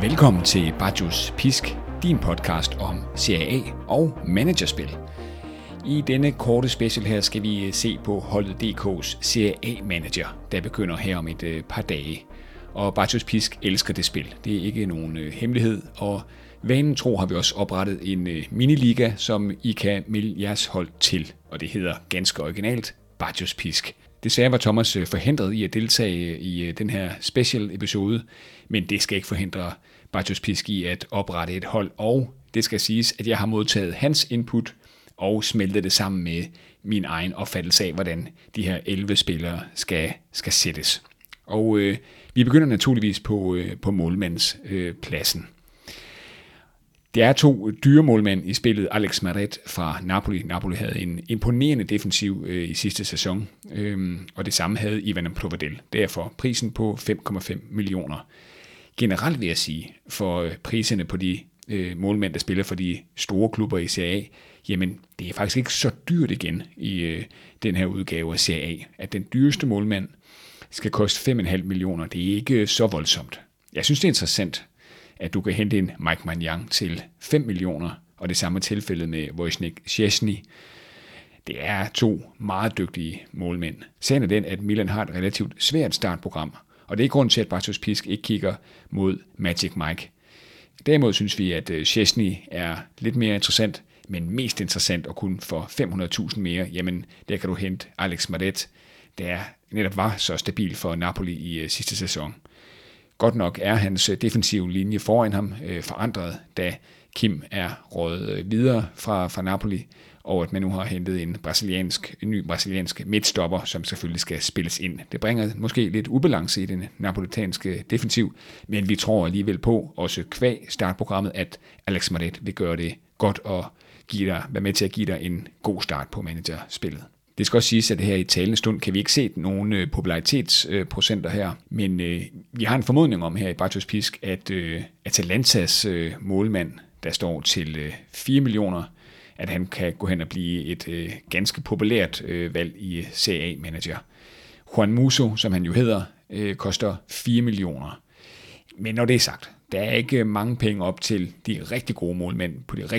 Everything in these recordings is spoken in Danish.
Velkommen til Bajos Pisk, din podcast om Serie A og managerspil. I denne korte special her skal vi se på holdet DK's Serie A-manager, der begynder her om et par dage. Og Bajos Pisk elsker det spil. Det er ikke nogen hemmelighed, og vanen tro har vi også oprettet en miniliga, som I kan melde jeres hold til. Og det hedder ganske originalt Bajos Pisk. Desværre var Thomas forhindret i at deltage i den her special episode, men det skal ikke forhindre Bajos Pisk i at oprette et hold, og det skal siges, at jeg har modtaget hans input og smeltet det sammen med min egen opfattelse af, hvordan de her 11 spillere skal sættes. Og vi begynder naturligvis på målmandspladsen. Der er 2 dyre målmænd i spillet. Alex Meret fra Napoli. Napoli havde en imponerende defensiv i sidste sæson, og det samme havde Ivan Provedel. Derfor prisen på 5,5 millioner. Generelt vil jeg sige, for priserne på de målmænd, der spiller for de store klubber i Serie A, jamen det er faktisk ikke så dyrt igen i den her udgave af Serie A, at den dyreste målmand skal koste 5,5 millioner. Det er ikke så voldsomt. Jeg synes, det er interessant, at du kan hente en Mike Maignan til 5 millioner, og det samme tilfælde med Wojciech Szczesny. Det er 2 meget dygtige målmænd. Sagen er den, at Milan har et relativt svært startprogram, og det er grund til, at Bajos Pisk ikke kigger mod Magic Mike. Derimod synes vi, at Szczesny er lidt mere interessant, men mest interessant og kun for 500.000 mere, jamen der kan du hente Alex Meret, der netop var så stabil for Napoli i sidste sæson. Godt nok er hans defensive linje foran ham forandret, da Kim er røget videre fra Napoli, og at man nu har hentet en ny brasiliansk midtstopper, som selvfølgelig skal spilles ind. Det bringer måske lidt ubalance i den napolitanske defensiv, men vi tror alligevel på, også kvæg startprogrammet, at Alex Meret vil gøre det godt og være med til at give dig en god start på managerspillet. Det skal også siges, at her i talende stund kan vi ikke se nogen popularitetsprocenter her, men vi har en formodning om her i Bajos Pisk, at Atalantas målmand, der står til 4 millioner, at han kan gå hen og blive et ganske populært valg i Serie A-manager. Juan Musso, som han jo hedder, koster 4 millioner. Men når det er sagt, der er ikke mange penge op til de rigtig gode målmænd i de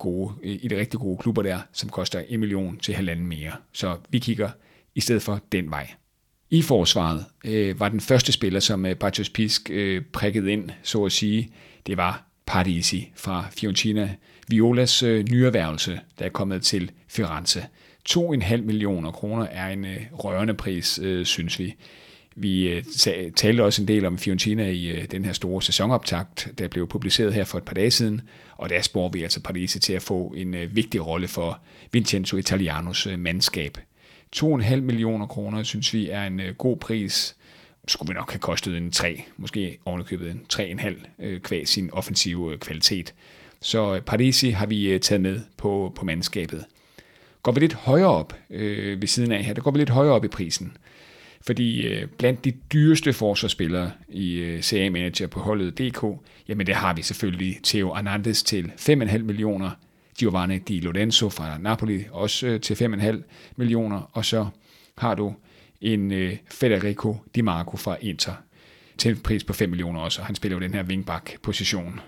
rigtig gode klubber der, som koster 1 million til 1,5 mere. Så vi kigger i stedet for den vej. I forsvaret var den første spiller, som Bajos Pisk prikkede ind, så at sige, det var Parisi fra Fiorentina. Violas nyerhvervelse, der er kommet til Firenze. 2,5 millioner kroner er en rørende pris, synes vi. Vi talte også en del om Fiorentina i den her store sæsonoptakt, der blev publiceret her for et par dage siden, og der spår vi altså Parisi til at få en vigtig rolle for Vincenzo Italianos mandskab. 2,5 millioner kroner, synes vi, er en god pris. Skulle vi nok have kostet en 3, måske ovenikøbet en 3,5 kvæg sin offensive kvalitet. Så Parisi har vi taget med på mandskabet. Går vi lidt højere op ved siden af her, der går vi lidt højere op i prisen. Fordi blandt de dyreste forsvarsspillere i Serie A-manager på holdet DK, jamen der har vi selvfølgelig Theo Hernandez til 5,5 millioner, Giovanni Di Lorenzo fra Napoli også til 5,5 millioner, og så har du en Federico Di Marco fra Inter til en pris på 5 millioner også, og han spiller jo den her wingback-position.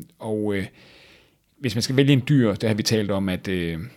Hvis man skal vælge en dyr, der har vi talt om, at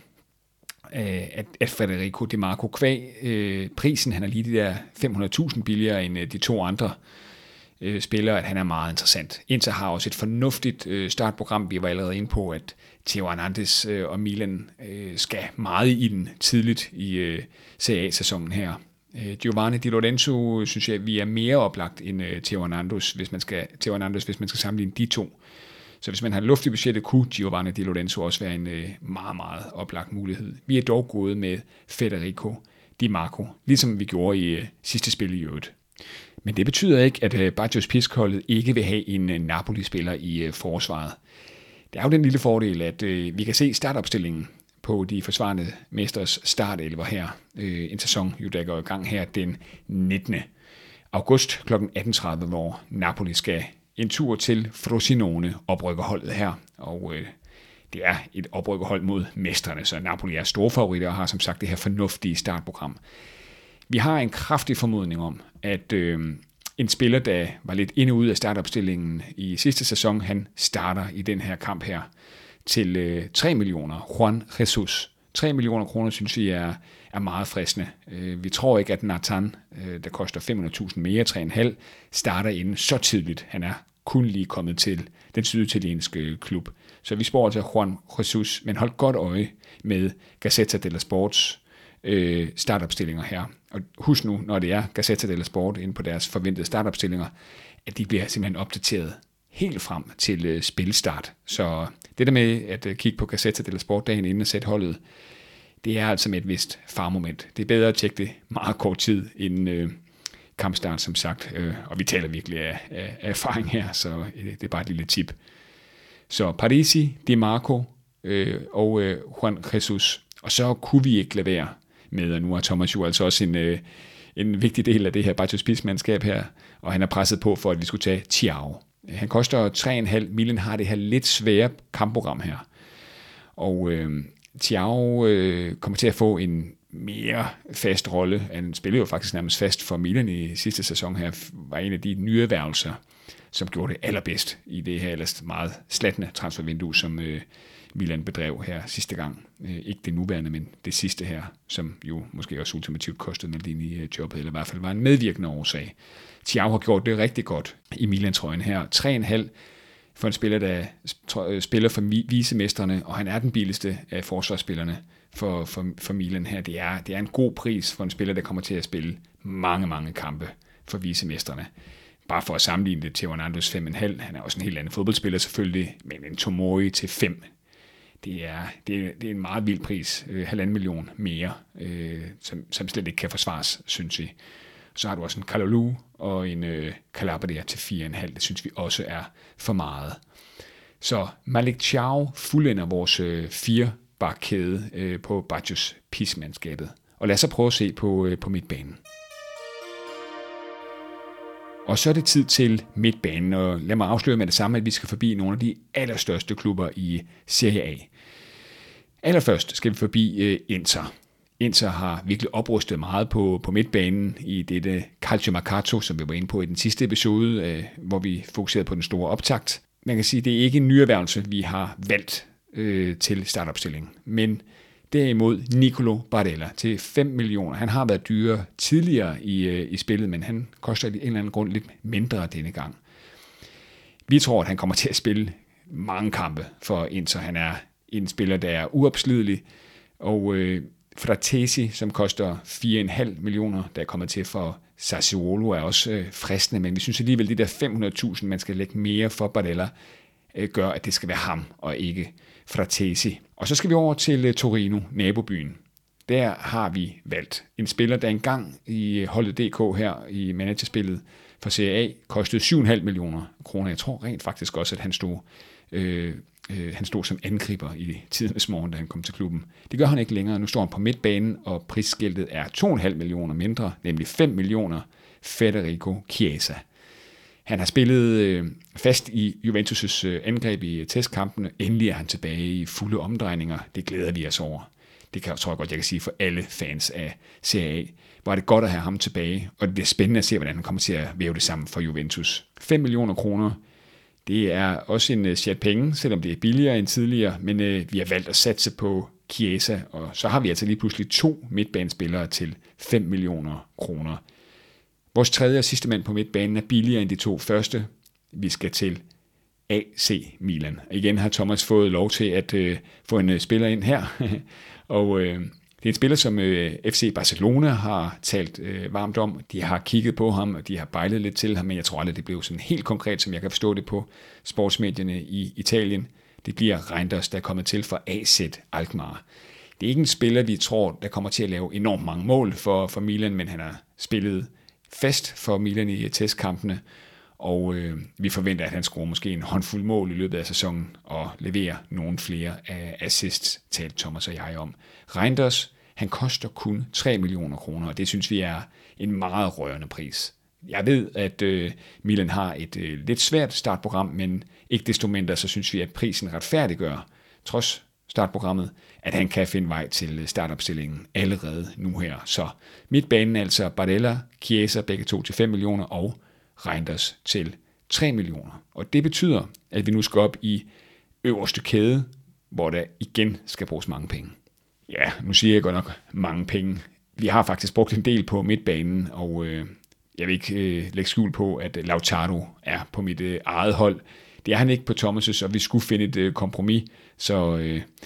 Federico Di Marco kvæg prisen, han er lige de der 500.000 billigere end de 2 andre spillere, at han er meget interessant. Inter har også et fornuftigt startprogram. Vi var allerede inde på, at Theo Hernandez og Milan skal meget i den tidligt i Serie A-sæsonen her. Giovanni Di Lorenzo synes jeg, vi er mere oplagt end Theo Hernandez, hvis man skal sammenligne de 2. Så hvis man har luft i budgettet, kunne Giovanni Di Lorenzo også være en meget, meget oplagt mulighed. Vi er dog gået med Federico Di Marco, ligesom vi gjorde i sidste spil i øvrigt. Men det betyder ikke, at Bajos Pisk-holdet ikke vil have en Napoli-spiller i forsvaret. Det er jo den lille fordel, at vi kan se startopstillingen på de forsvarende mesters startelver her. En sæson, der går i gang her den 19. august kl. 18.30, hvor Napoli skal en tur til Frosinone oprykkerholdet her, og det er et oprykkerhold mod mestrene, så Napoli er store favoritter og har som sagt det her fornuftige startprogram. Vi har en kraftig formodning om, at en spiller, der var lidt inde ud af startopstillingen i sidste sæson, han starter i den her kamp her til 3 millioner. Juan Jesus. 3 millioner kroner synes vi er meget fristende. Vi tror ikke, at Nathan, der koster 500.000 mere, 3,5, starter inden så tidligt. Han er kun lige kommet til den syditalienske klub. Så vi spår til Juan Jesus, men hold godt øje med Gazzetta dello Sports startopstillinger her. Og husk nu, når det er Gazzetta dello Sport inde på deres forventede startopstillinger, at de bliver simpelthen opdateret helt frem til spilstart. Så det der med at kigge på Gazzetta dello Sport dagen inden og sætte holdet, det er altså med et vist farmoment. Det er bedre at tjekke det meget kort tid inden kampstart, som sagt. Og vi taler virkelig af erfaring her, så det er bare et lille tip. Så Parisi, Di Marco og Juan Jesus. Og så kunne vi ikke lade være med, og nu har Thomas jo altså også en vigtig del af det her Bacchus Pis-mandskab her, og han har presset på for, at vi skulle tage Thiago. Han koster 3,5. Milan har det her lidt svære kampprogram her. Og Thiago kommer til at få en mere fast rolle. Han spillede jo faktisk nærmest fast for Milan i sidste sæson her, var en af de nye erhvervelser, som gjorde det allerbedst i det her ellers meget slatne transfervindue, som Milan bedrev her sidste gang. Ikke det nuværende, men det sidste her, som jo måske også ultimativt kostede Maldini-jobbet, eller i hvert fald var en medvirkende årsag. Thiago har gjort det rigtig godt i Milan-trøjen her. 3,5 for en spiller, der spiller for vicemestrene, og han er den billigste af forsvarsspillerne for Milan her. Det er en god pris for en spiller, der kommer til at spille mange kampe for vicemestrene. Bare for at sammenligne det til Hernandez 5,5. Han er også en helt anden fodboldspiller selvfølgelig, men en Tomori til 5. Det er en meget vild pris. 1,5 million mere, som slet ikke kan forsvares, synes vi. Så har du også en Kalulu og en Calabria til 4,5. Det synes vi også er for meget. Så Malick Thiaw fuldender vores 4-bakkæde på Bacchus Pis-mandskabet. Og lad os så prøve at se på midtbanen. Og så er det tid til midtbanen, og lad mig afsløre med det samme, at vi skal forbi nogle af de allerstørste klubber i Serie A. Allerførst skal vi forbi Inter. Inter har virkelig oprustet meget på midtbanen i dette Calciomercato, som vi var inde på i den sidste episode, hvor vi fokuserede på den store optakt. Man kan sige, at det er ikke en nyerhvervelse, vi har valgt til startopstillingen, men derimod Nicolo Barella til 5 millioner. Han har været dyrere tidligere i spillet, men han koster af en eller anden grund lidt mindre denne gang. Vi tror, at han kommer til at spille mange kampe for Inter. Han er en spiller, der er uopslidelig, og Fratesi, som koster 4,5 millioner, der er kommet til for Sassuolo, er også fristende, men vi synes alligevel, at de der 500.000, man skal lægge mere for Barella, gør, at det skal være ham og ikke Fratesi. Og så skal vi over til Torino, nabobyen. Der har vi valgt en spiller, der engang i holdet DK her i managerspillet for Serie A kostede 7,5 millioner kroner. Jeg tror rent faktisk også, at han stod som angriber i tidernes morgen, da han kom til klubben. Det gør han ikke længere. Nu står han på midtbanen, og prisskiltet er 2,5 millioner mindre, nemlig 5 millioner Federico Chiesa. Han har spillet fast i Juventus' angreb i testkampene. Endelig er han tilbage i fulde omdrejninger. Det glæder vi os over. Det tror jeg godt, jeg kan sige for alle fans af Serie A. Hvor er det godt at have ham tilbage, og det bliver spændende at se, hvordan han kommer til at væve det sammen for Juventus. 5 millioner kroner. Det er også en chat penge, selvom det er billigere end tidligere, men vi har valgt at satse på Chiesa, og så har vi altså lige pludselig 2 midtbanespillere til 5 millioner kroner. Vores tredje og sidste mand på midtbanen er billigere end de 2 første. Vi skal til AC Milan. Igen har Thomas fået lov til at få en spiller ind her, og det er en spiller, som FC Barcelona har talt varmt om. De har kigget på ham, og de har bejlet lidt til ham, men jeg tror aldrig, det blev sådan helt konkret, som jeg kan forstå det på sportsmedierne i Italien. Det bliver Reinders, der er kommet til for AZ Alkmaar. Det er ikke en spiller, vi tror, der kommer til at lave enormt mange mål for Milan, men han har spillet fast for Milan i testkampene, og vi forventer, at han scorer måske en håndfuld mål i løbet af sæsonen og leverer nogle flere assists, talte Thomas og jeg om. Reinders, han koster kun 3 millioner kroner, og det synes vi er en meget rørende pris. Jeg ved, at Milan har et lidt svært startprogram, men ikke desto mindre, så synes vi, at prisen retfærdiggør, trods startprogrammet, at han kan finde vej til startopstillingen allerede nu her. Så midtbanen altså Barella, Chiesa, begge to til 5 millioner, og Reinders til 3 millioner. Og det betyder, at vi nu skal op i øverste kæde, hvor der igen skal bruges mange penge. Ja, nu siger jeg godt nok mange penge. Vi har faktisk brugt en del på midtbanen, og jeg vil ikke lægge skjul på, at Lautaro er på mit eget hold. Det er han ikke på Thomas', og vi skulle finde et kompromis, så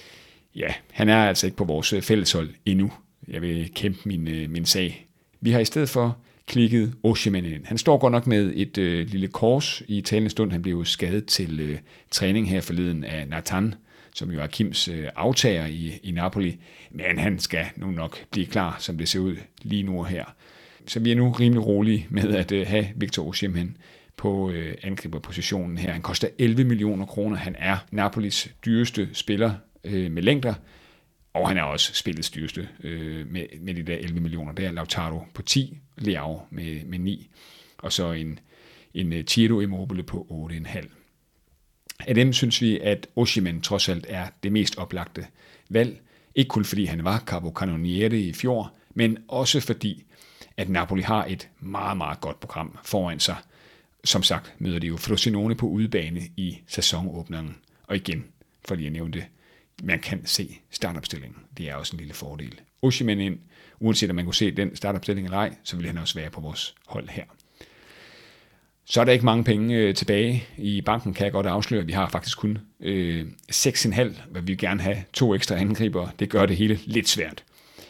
han er altså ikke på vores fælleshold endnu. Jeg vil kæmpe min sag. Vi har i stedet for klikket Osimhen ind. Han står godt nok med et lille kors i talende stund. Han blev skadet til træning her forleden af Nathan, som jo er Kims aftager i Napoli. Men han skal nu nok blive klar, som det ser ud lige nu her. Så vi er nu rimelig rolige med at have Victor Osimhen på angriberpositionen her. Han koster 11 millioner kroner. Han er Napolis dyreste spiller med længder, og han er også spillets dyreste med de der 11 millioner. Det er Lautaro på 10, Leao med 9, og så en Ciro Immobile på 8,5. Af dem synes vi, at Osimhen trods alt er det mest oplagte valg. Ikke kun fordi han var capocannoniere i fjor, men også fordi, at Napoli har et meget, meget godt program foran sig. Som sagt møder de jo Frosinone på udebane i sæsonåbningen. Og igen, fordi jeg nævnte, man kan se startopstillingen. Det er også en lille fordel. Osimhen ind, uanset om man kunne se den startopstilling eller ej, så vil han også være på vores hold her. Så er der ikke mange penge tilbage i banken, kan jeg godt afsløre. Vi har faktisk kun 6,5, hvad vi vil gerne have 2 ekstra angriber. Det gør det hele lidt svært.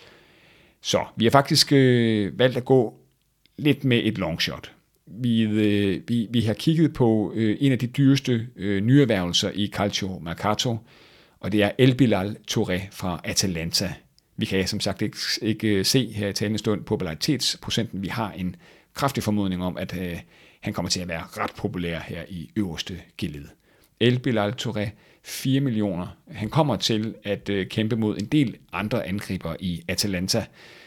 Så vi har faktisk valgt at gå lidt med et longshot. Vi har kigget på en af de dyreste nyerhvervelser i Calcio Mercato, og det er El Bilal Touré fra Atalanta. Vi kan som sagt ikke se her i talende stund popularitetsprocenten. Vi har en kraftig formodning om, at han kommer til at være ret populær her i øverste geled. El Bilal Touré, 4 millioner. Han kommer til at kæmpe mod en del andre angriber i Atalanta.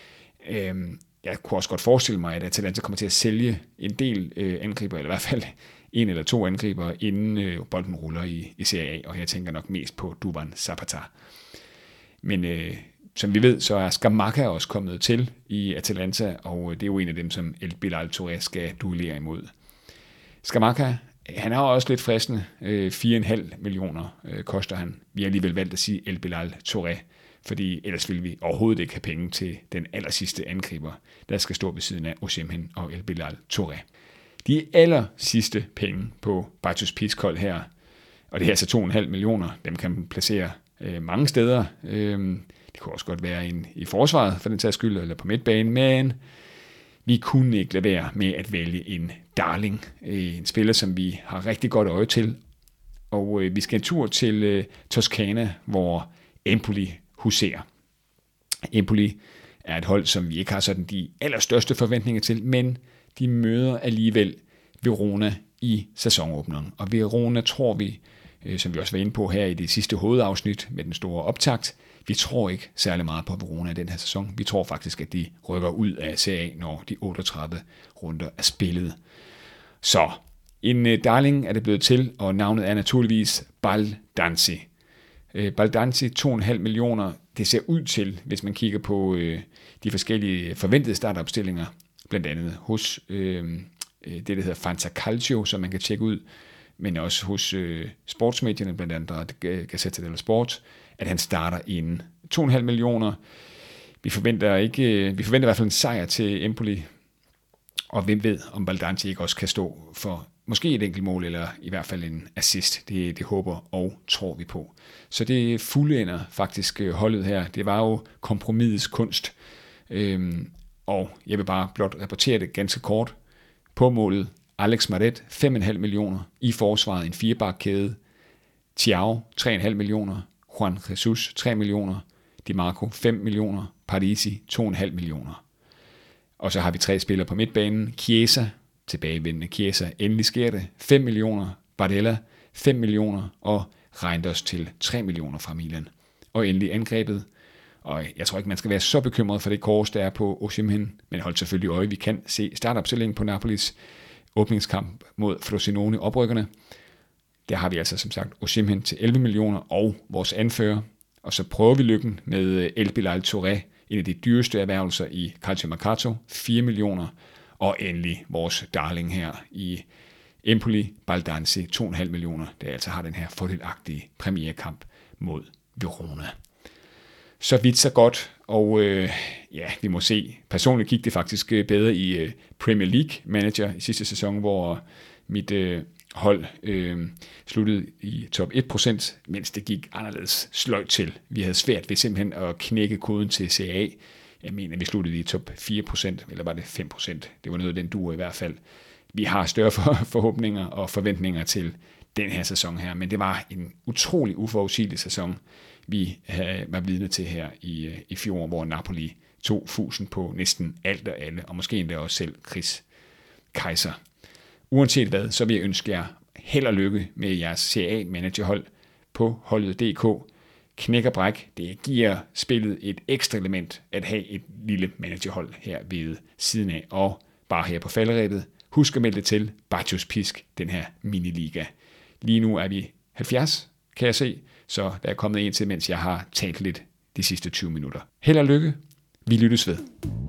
Jeg kunne også godt forestille mig, at Atalanta kommer til at sælge en del angriber, eller i hvert fald 1 eller 2 angriber, inden bolden ruller i Serie A, og her tænker jeg nok mest på Duvan Zapata. Men som vi ved, så er Scamacca også kommet til i Atalanta, og det er jo en af dem, som El Bilal Touré skal duellere imod. Scamacca, han er også lidt fristende. 4,5 millioner koster han. Vi har alligevel valgt at sige El Bilal Touré, fordi ellers vil vi overhovedet ikke have penge til den allersidste angriber, der skal stå ved siden af Osimhen og El Bilal Touré. De aller sidste penge på Bartosz Piskol her, og det her er så 2,5 millioner, dem kan man placere mange steder. Det kunne også godt være i forsvaret for den sags skyld, eller på midtbanen, men vi kunne ikke lade være med at vælge en darling, en spiller, som vi har rigtig godt øje til. Og vi skal en tur til Toscana, hvor Empoli huserer. Empoli er et hold, som vi ikke har sådan de allerstørste forventninger til, men de møder alligevel Verona i sæsonåbningen. Og Verona tror vi, som vi også var inde på her i det sidste hovedafsnit med den store optakt, vi tror ikke særlig meget på Verona i den her sæson. Vi tror faktisk, at de rykker ud af Serie A, når de 38 runder er spillet. Så en darling er det blevet til, og navnet er naturligvis Baldanzi. Baldanzi, 2,5 millioner. Det ser ud til, hvis man kigger på de forskellige forventede startopstillinger, blandt andet hos det, der hedder Fanta Calcio, som man kan tjekke ud, men også hos sportsmedierne, blandt andet Gazzetta dello Sport, at han starter inden 2,5 millioner. Vi forventer i hvert fald en sejr til Empoli, og hvem ved, om Baldanzi ikke også kan stå for måske et enkelt mål, eller i hvert fald en assist. Det håber og tror vi på. Så det fuldender faktisk holdet her. Det var jo kompromisets kunst, og jeg vil bare blot rapportere det ganske kort. På målet, Alex Maret, 5,5 millioner. I forsvaret, en 4-bakkæde. Thiago, 3,5 millioner. Juan Jesus, 3 millioner. Di Marco, 5 millioner. Parisi, 2,5 millioner. Og så har vi 3 spillere på midtbanen. Chiesa, tilbagevendende Chiesa, endelig sker det. 5 millioner. Bardella, 5 millioner. Og Reinders til 3 millioner fra Milan. Og endelig angrebet. Og jeg tror ikke, man skal være så bekymret for det kors, der er på Osimhen, men hold selvfølgelig øje. Vi kan se startopstillingen på Napolis åbningskamp mod Frosinone oprykkerne. Der har vi altså som sagt Osimhen til 11 millioner og vores anfører. Og så prøver vi lykken med El Bilal Touré, en af de dyreste erhvervelser i Calcio Mercato, 4 millioner. Og endelig vores darling her i Empoli Baldanzi, 2,5 millioner, der altså har den her fordelagtige premierkamp mod Verona. Så vidt så godt, og vi må se. Personligt gik det faktisk bedre i Premier League Manager i sidste sæson, hvor mit hold sluttede i top 1%, mens det gik anderledes sløjt til. Vi havde svært ved simpelthen at knække koden til CA. Jeg mener, vi sluttede i top 4%, eller var det 5%? Det var noget af den duer i hvert fald. Vi har større forhåbninger og forventninger til den her sæson her, men det var en utrolig uforudsigelig sæson, vi var vidne til her i fjor, hvor Napoli tog fusen på næsten alt og alle, og måske endda også selv Chris Kaiser. Uanset hvad, så vil jeg ønske jer held og lykke med jeres CA-managerhold på holdet.dk. Knæk og bræk, det giver spillet et ekstra element at have et lille managerhold her ved siden af, og bare her på falderebet. Husk at melde det til Baccios Pisk, den her miniliga. Lige nu er vi 70, kan jeg se, så der er kommet en til, mens jeg har talt lidt de sidste 20 minutter. Held og lykke. Vi lyttes ved.